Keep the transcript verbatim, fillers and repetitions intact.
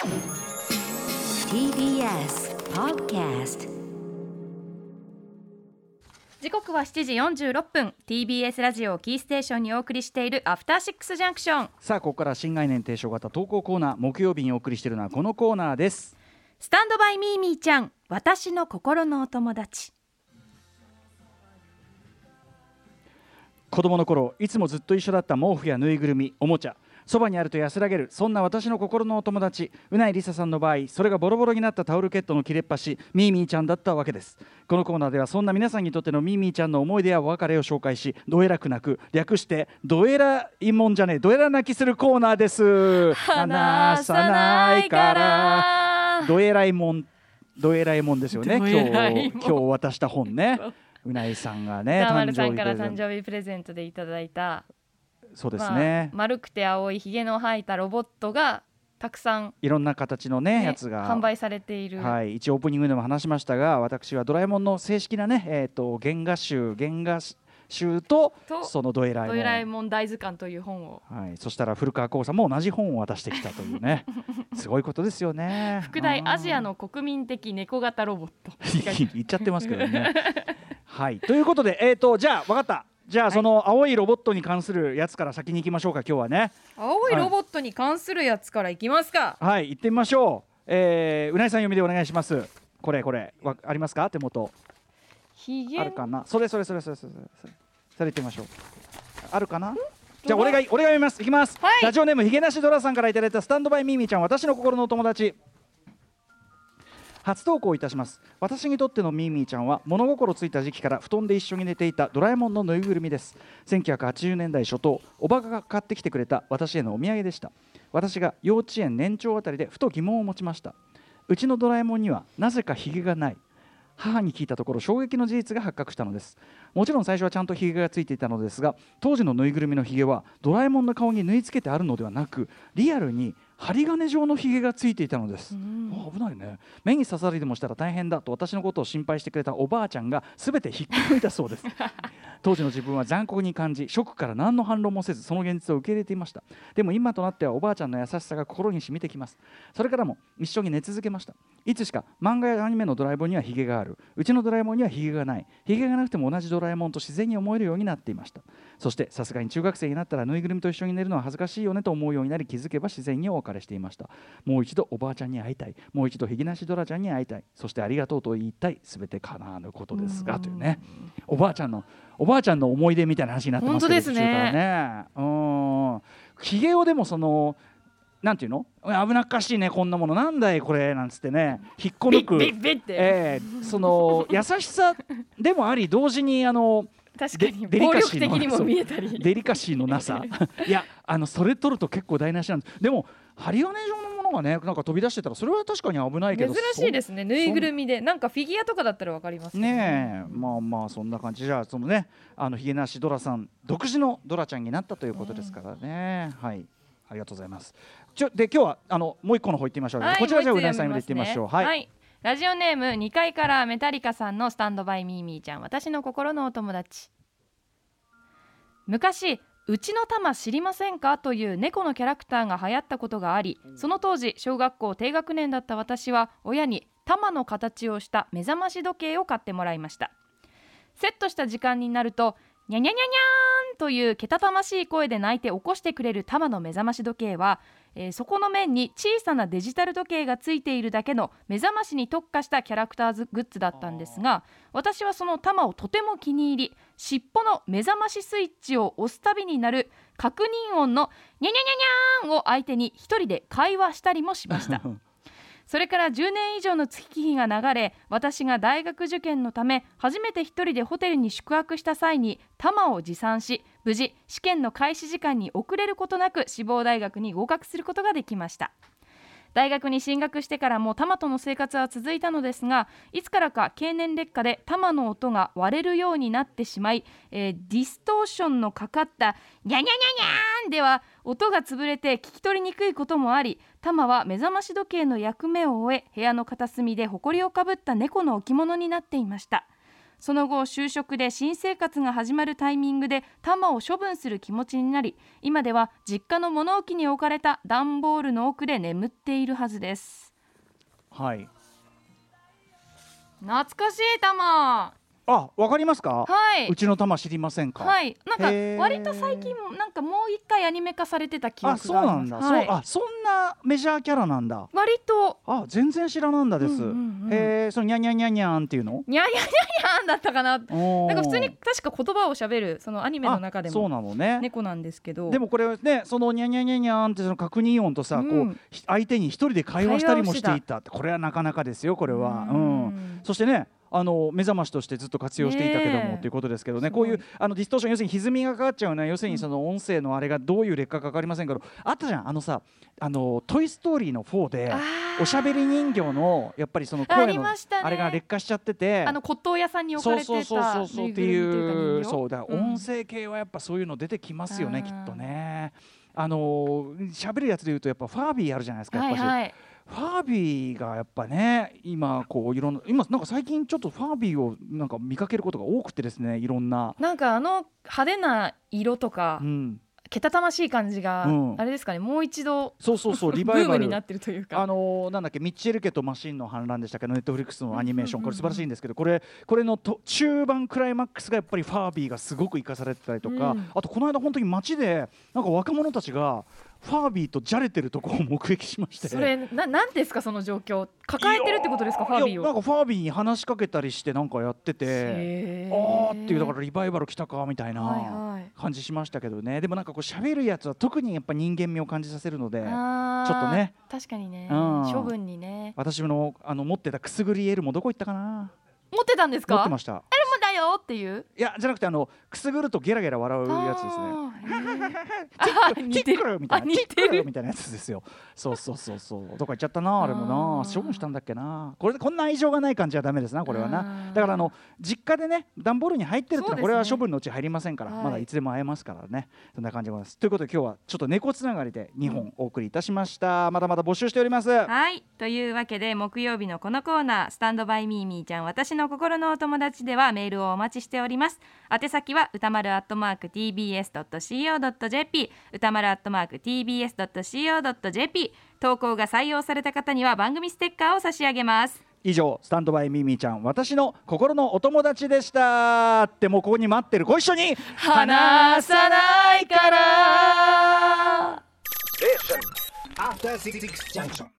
ティービーエス Podcast。 時刻はしちじよんじゅうろっぷん。 ティービーエス ラジオキーステーションにお送りしているアフターシックスジャンクション。 さあここから新概念提唱型投稿コーナー、木曜日にお送りしているのはこのコーナーです。 スタンドバイミーミーちゃん、私の心のお友達。 子供の頃いつもずっと一緒だった毛布やぬいぐるみ、おもちゃ、そばにあると安らげる、そんな私の心のお友達、うないりささんの場合、それがボロボロになったタオルケットの切れっ端、ミーミーちゃんだったわけです。このコーナーではそんな皆さんにとってのミーミーちゃんの思い出やお別れを紹介し、どえらく泣く、略してどえらいもんじゃねえどえら泣きするコーナーです。 話さないからどえらいもん、どえらいもんですよね。今どえらいもん日今日渡した本ね、うないさんがね、 田丸誕生日さんから誕プレゼント、 生日プレゼントでいただいた、 そうですね、 まあ、丸くて青いひげの生えたロボットがたくさん、 いろんな形のね、 ね、 やつが販売されている、 はい、一応オープニングでも話しましたが、私はドラえもんの正式なね、えー、と原画集原画集ととそのドエラえもん、 ドエラえもん大図鑑という本を、 はい、そしたら古川光さんも同じ本を渡してきたというねすごいことですよね。 副題アジアの国民的猫型ロボット言っちゃってますけどねはい、ということで、えー、とじゃあ分かった、じゃあその青いロボットに関するやつから先に行きましょうか。今日はね、 青いロボットに関するやつからいきますか。 はい、行ってみましょう。えー、うないさん読みでお願いします。これこれわありますか、手元ひげあるかな。それそれそれそれそれそれそれそれ言ってみましょう。あるかな。じゃあ俺が俺が読みます。いきます、 はい、 ラジオネームひげなしドラさんからいただいたスタンドバイミーミーちゃん、私の心のお友達。初投稿いたします。私にとってのミーミーちゃんは物心ついた時期から布団で一緒に寝ていたドラえもんのぬいぐるみです。せんきゅうひゃくはちじゅうねんだい初頭、おばが買ってきてくれた私へのお土産でした。私が幼稚園年長あたりでふと疑問を持ちました。うちのドラえもんにはなぜかひげがない。母に聞いたところ衝撃の事実が発覚したのです。もちろん最初はちゃんとひげがついていたのですが、当時のぬいぐるみのひげはドラえもんの顔に縫い付けてあるのではなく、リアルに針金状のひげがついていたのです。あ、危ないね。目に刺さりでもしたら大変だと私のことを心配してくれたおばあちゃんが全てひっくり抜いたそうです当時の自分は残酷に感じ、ショックから何の反論もせずその現実を受け入れていました。でも今となってはおばあちゃんの優しさが心に染みてきます。それからも一緒に寝続けました。いつしか漫画やアニメのドラえもんにはひげがある、うちのドラえもんにはひげがない、ひげがなくても同じドラえもんと自然に思えるようになっていました。そしてさすがに中学生になったらぬいぐるみと一緒に寝るのは恥ずかしいよねと思うようになり、気づけば自然にお別れしていました。もう一度おばあちゃんに会いたい、もう一度ひげなしドラちゃんに会いたい、そしてありがとうと言いたい、すべて叶わぬことですがというね、おばあちゃんのおばあちゃんの思い出みたいな話になってますけど、 本当ですね。 途中からね、うん、ひげをでもそのなんていうの、危なっかしいね、こんなものなんだいこれなんつってね、引っこ抜く、 ビッビッビッって、 えー、その優しさでもあり、同時にあの確かにデリ暴カシーの力的にも見えたり、 デリカシーのなさいや、あのそれ取ると結構台無しなんです。でも針金状のものがね、なんか飛び出してたらそれは確かに危ないけど、 珍しいですね。ぬいぐるみでなんかフィギュアとかだったらわかりますね。 ねえ、まあまあそんな感じ。じゃあそのね、あのひげなしドラさん独自のドラちゃんになったということですからね、うん、はい、ありがとうございます。ちょで今日はあのもう一個の方行ってみましょう、 はい、 こちらじゃあうなぎさんに行ってみましょう。はい、 はい、ラジオネームにかいからメタリカさんのスタンドバイミーミーちゃん、私の心のお友達。昔うちのタマ知りませんかという猫のキャラクターが流行ったことがあり、その当時小学校低学年だった私は親にタマの形をした目覚まし時計を買ってもらいました。セットした時間になるとニャニャニャニャーンというけたたましい声で鳴いて起こしてくれるタマの目覚まし時計は、えー、そこの面に小さなデジタル時計がついているだけの目覚ましに特化したキャラクターズグッズだったんですが、私はそのタマをとても気に入り、尻尾の目覚ましスイッチを押すたびになる確認音のニャニャニャニャーンを相手に一人で会話したりもしましたそれからじゅうねん以上の月日が流れ、私が大学受験のため初めて一人でホテルに宿泊した際にタマを持参し、無事試験の開始時間に遅れることなく志望大学に合格することができました。大学に進学してからもタマとの生活は続いたのですが、いつからか経年劣化でタマの音が割れるようになってしまい、えー、ディストーションのかかったニャニャニャニャーンでは音が潰れて聞き取りにくいこともあり、タマは目覚まし時計の役目を終え、部屋の片隅で埃をかぶった猫の置物になっていました。 その後就職で新生活が始まるタイミングでタマを処分する気持ちになり、今では実家の物置に置かれた段ボールの奥で眠っているはずです。 はい、 懐かしいタマ。 あ、わかりますか？ はい、 うちの玉知りませんか？ はい、なんか割と最近なんかもう一回アニメ化されてた記憶があります。 あ、そうなんだ、 はい、 そう、あ、そんなメジャーキャラなんだ。 割と。 あ、全然知らなんだです。うんうんうん、へえ、そのニャニャニャニャンっていうの？ ニャニャニャニャンだったかな。なんか普通に確か言葉を喋るそのアニメの中でも。そうなのね。猫なんですけど。 でもこれね、そのニャニャニャニャンってその確認音とさ、うん、こう相手に一人で会話したりもしていったって、これはなかなかですよ、これは。うん、うん、そしてね。あの目覚ましとしてずっと活用していたけどもということですけどね、こういうあのディストーション、要するに歪みがかかっちゃうね、要するにその音声のあれがどういう劣化か分かりませんけど、あったじゃん、あのさ、あのトイ・ストーリーのフォーでおしゃべり人形のやっぱりその声のあれが劣化しちゃってて、 あの骨董屋さんに置かれてたそうそうそうそうっていう、そうだから音声系はやっぱそういうの出てきますよね、きっとね。あのしゃべるやつでいうとやっぱファービーあるじゃないですか、やっぱし。はいはい、ファービーがやっぱね、今こういろんな、今なんか最近ちょっとファービーをなんか見かけることが多くてですね、いろんななんかあの派手な色とか、うん、けたたましい感じが、うん、あれですかね、もう一度そうそうそうリバイバルブームになってるというか、 あのー、なんだっけ、ミッチェル家とマシンの反乱でしたけど、ネットフリックスのアニメーション、これ素晴らしいんですけど、これこれのと中盤クライマックスがやっぱりファービーがすごく生かされてたりとか、うん、あとこの間本当に街でなんか若者たちがファービーとじゃれてるところを目撃しまして、 それななんですか、その状況抱えてるってことですか、ファービーを。 なんかファービーに話しかけたりしてなんかやってて、あーっていう、だからリバイバル来たかみたいな感じしましたけどね、はいはい、でもなんかこう喋るやつは特にやっぱ人間味を感じさせるので、ちょっとね、 確かにね、うん、処分にね。 私のあの持ってたくすぐりエルもどこ行ったかな。 持ってたんですか？ 持ってました。 エルもだよっていう。 いやじゃなくて、あのくすぐるとゲラゲラ笑うやつですね。 似てるみたいな、似てるみたいなやつですよ。そうそうそうそう。どこ行っちゃったな、あれもな。処分したんだっけな。これこんな愛情がない感じはダメですな、これはな。だからあの実家でね、段ボールに入ってるってのはこれは処分のうち入りませんから、まだいつでも会えますからね。そんな感じでございます。ということで今日はちょっと猫つながりでにほんお送りいたしました。まだまだ募集しております。 はい。というわけで木曜日のこのコーナー、スタンドバイミーミーちゃん私の心のお友達ではメールをお待ちしております。宛先は歌丸アットマーク ティービーエスドットシーオードットジェーピー、 歌丸アットマーク ティービーエスドットシーオードットジェーピー。 投稿が採用された方には番組ステッカーを差し上げます。 以上、スタンドバイミミちゃん私の心のお友達でした。ってもうここに待ってる、ご一緒に話さないから。 After Six Junction